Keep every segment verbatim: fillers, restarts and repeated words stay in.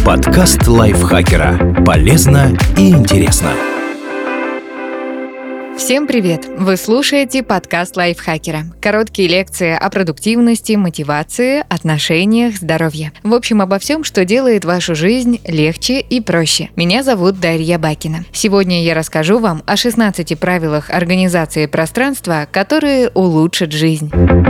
Подкаст лайфхакера. Полезно и интересно. Всем привет! Вы слушаете подкаст лайфхакера. Короткие лекции о продуктивности, мотивации, отношениях, здоровье. В общем, обо всем, что делает вашу жизнь легче и проще. Меня зовут Дарья Бакина. Сегодня я расскажу вам о шестнадцати правилах организации пространства, которые улучшат жизнь.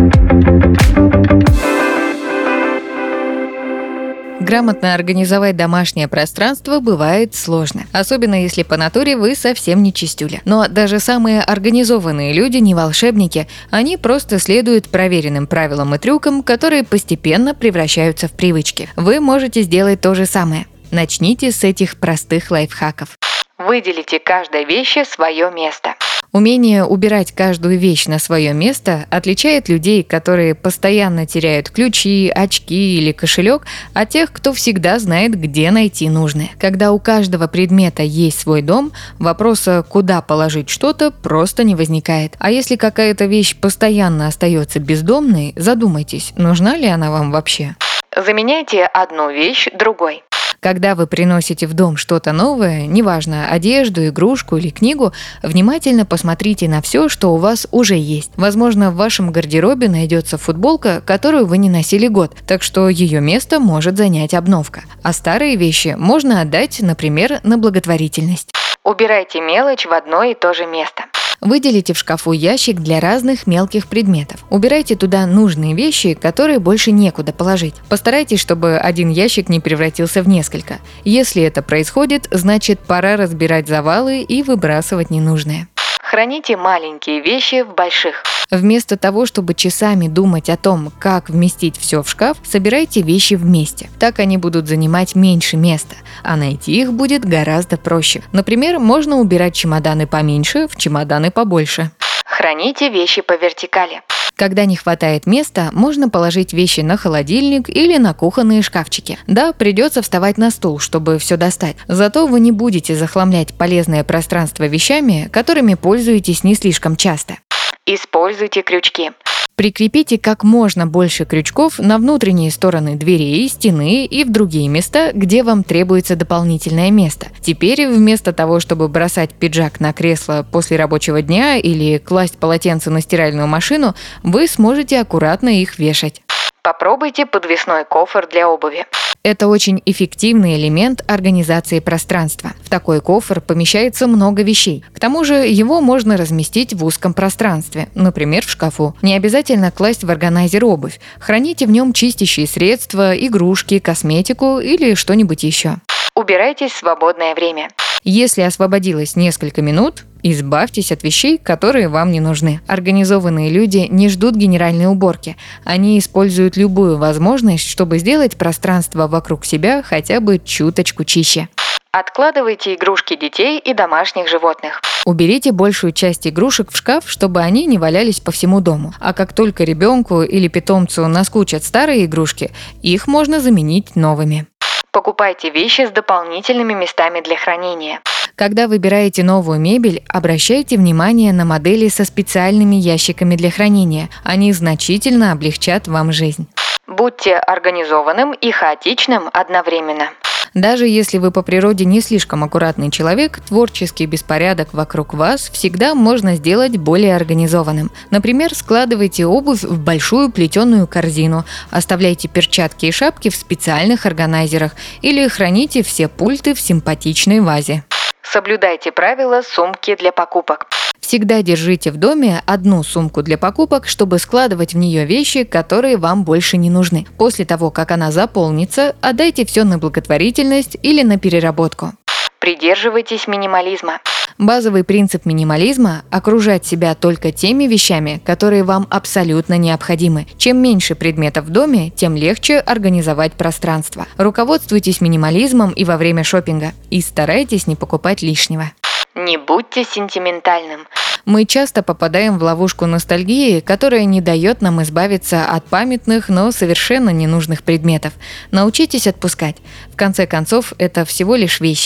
Грамотно организовать домашнее пространство бывает сложно, особенно если по натуре вы совсем не чистюля. Но даже самые организованные люди не волшебники, они просто следуют проверенным правилам и трюкам, которые постепенно превращаются в привычки. Вы можете сделать то же самое. Начните с этих простых лайфхаков. Выделите каждой вещи свое место. Умение убирать каждую вещь на свое место отличает людей, которые постоянно теряют ключи, очки или кошелек, от тех, кто всегда знает, где найти нужное. Когда у каждого предмета есть свой дом, вопроса, куда положить что-то, просто не возникает. А если какая-то вещь постоянно остается бездомной, задумайтесь, нужна ли она вам вообще. Заменяйте одну вещь другой. Когда вы приносите в дом что-то новое, неважно, одежду, игрушку или книгу, внимательно посмотрите на все, что у вас уже есть. Возможно, в вашем гардеробе найдется футболка, которую вы не носили год, так что ее место может занять обновка. А старые вещи можно отдать, например, на благотворительность. Убирайте мелочь в одно и то же место. Выделите в шкафу ящик для разных мелких предметов. Убирайте туда нужные вещи, которые больше некуда положить. Постарайтесь, чтобы один ящик не превратился в несколько. Если это происходит, значит, пора разбирать завалы и выбрасывать ненужное. Храните маленькие вещи в больших. Вместо того, чтобы часами думать о том, как вместить все в шкаф, собирайте вещи вместе. Так они будут занимать меньше места, а найти их будет гораздо проще. Например, можно убирать чемоданы поменьше в чемоданы побольше. Храните вещи по вертикали. Когда не хватает места, можно положить вещи на холодильник или на кухонные шкафчики. Да, придется вставать на стул, чтобы все достать. Зато вы не будете захламлять полезное пространство вещами, которыми пользуетесь не слишком часто. Используйте крючки. Прикрепите как можно больше крючков на внутренние стороны дверей, стены и в другие места, где вам требуется дополнительное место. Теперь вместо того, чтобы бросать пиджак на кресло после рабочего дня или класть полотенце на стиральную машину, вы сможете аккуратно их вешать. Попробуйте подвесной кофр для обуви. Это очень эффективный элемент организации пространства. В такой кофр помещается много вещей. К тому же его можно разместить в узком пространстве, например, в шкафу. Не обязательно класть в органайзер обувь. Храните в нем чистящие средства, игрушки, косметику или что-нибудь еще. Убирайтесь в свободное время. Если освободилось несколько минут, избавьтесь от вещей, которые вам не нужны. Организованные люди не ждут генеральной уборки. Они используют любую возможность, чтобы сделать пространство вокруг себя хотя бы чуточку чище. Откладывайте игрушки детей и домашних животных. Уберите большую часть игрушек в шкаф, чтобы они не валялись по всему дому. А как только ребенку или питомцу наскучат старые игрушки, их можно заменить новыми. Покупайте вещи с дополнительными местами для хранения. Когда выбираете новую мебель, обращайте внимание на модели со специальными ящиками для хранения. Они значительно облегчат вам жизнь. Будьте организованным и хаотичным одновременно. Даже если вы по природе не слишком аккуратный человек, творческий беспорядок вокруг вас всегда можно сделать более организованным. Например, складывайте обувь в большую плетеную корзину, оставляйте перчатки и шапки в специальных органайзерах или храните все пульты в симпатичной вазе. Соблюдайте правила сумки для покупок. Всегда держите в доме одну сумку для покупок, чтобы складывать в нее вещи, которые вам больше не нужны. После того, как она заполнится, отдайте все на благотворительность или на переработку. Придерживайтесь минимализма. Базовый принцип минимализма – окружать себя только теми вещами, которые вам абсолютно необходимы. Чем меньше предметов в доме, тем легче организовать пространство. Руководствуйтесь минимализмом и во время шопинга. И старайтесь не покупать лишнего. Не будьте сентиментальным. Мы часто попадаем в ловушку ностальгии, которая не дает нам избавиться от памятных, но совершенно ненужных предметов. Научитесь отпускать. В конце концов, это всего лишь вещи.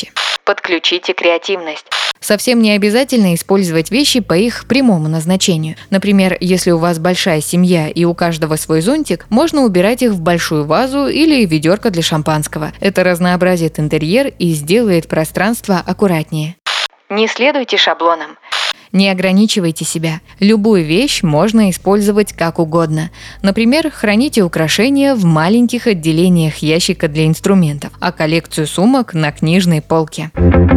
Подключите креативность. Совсем не обязательно использовать вещи по их прямому назначению. Например, если у вас большая семья и у каждого свой зонтик, можно убирать их в большую вазу или ведерко для шампанского. Это разнообразит интерьер и сделает пространство аккуратнее. Не следуйте шаблонам. Не ограничивайте себя. Любую вещь можно использовать как угодно. Например, храните украшения в маленьких отделениях ящика для инструментов, а коллекцию сумок на книжной полке.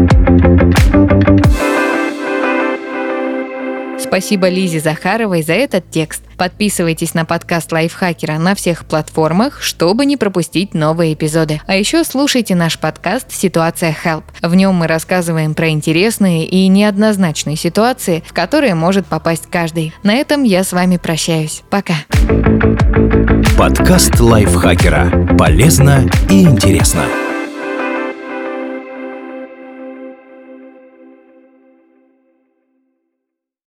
Спасибо Лизе Захаровой за этот текст. Подписывайтесь на подкаст Лайфхакера на всех платформах, чтобы не пропустить новые эпизоды. А еще слушайте наш подкаст «Ситуация Help». В нем мы рассказываем про интересные и неоднозначные ситуации, в которые может попасть каждый. На этом я с вами прощаюсь. Пока. Подкаст Лайфхакера. Полезно и интересно.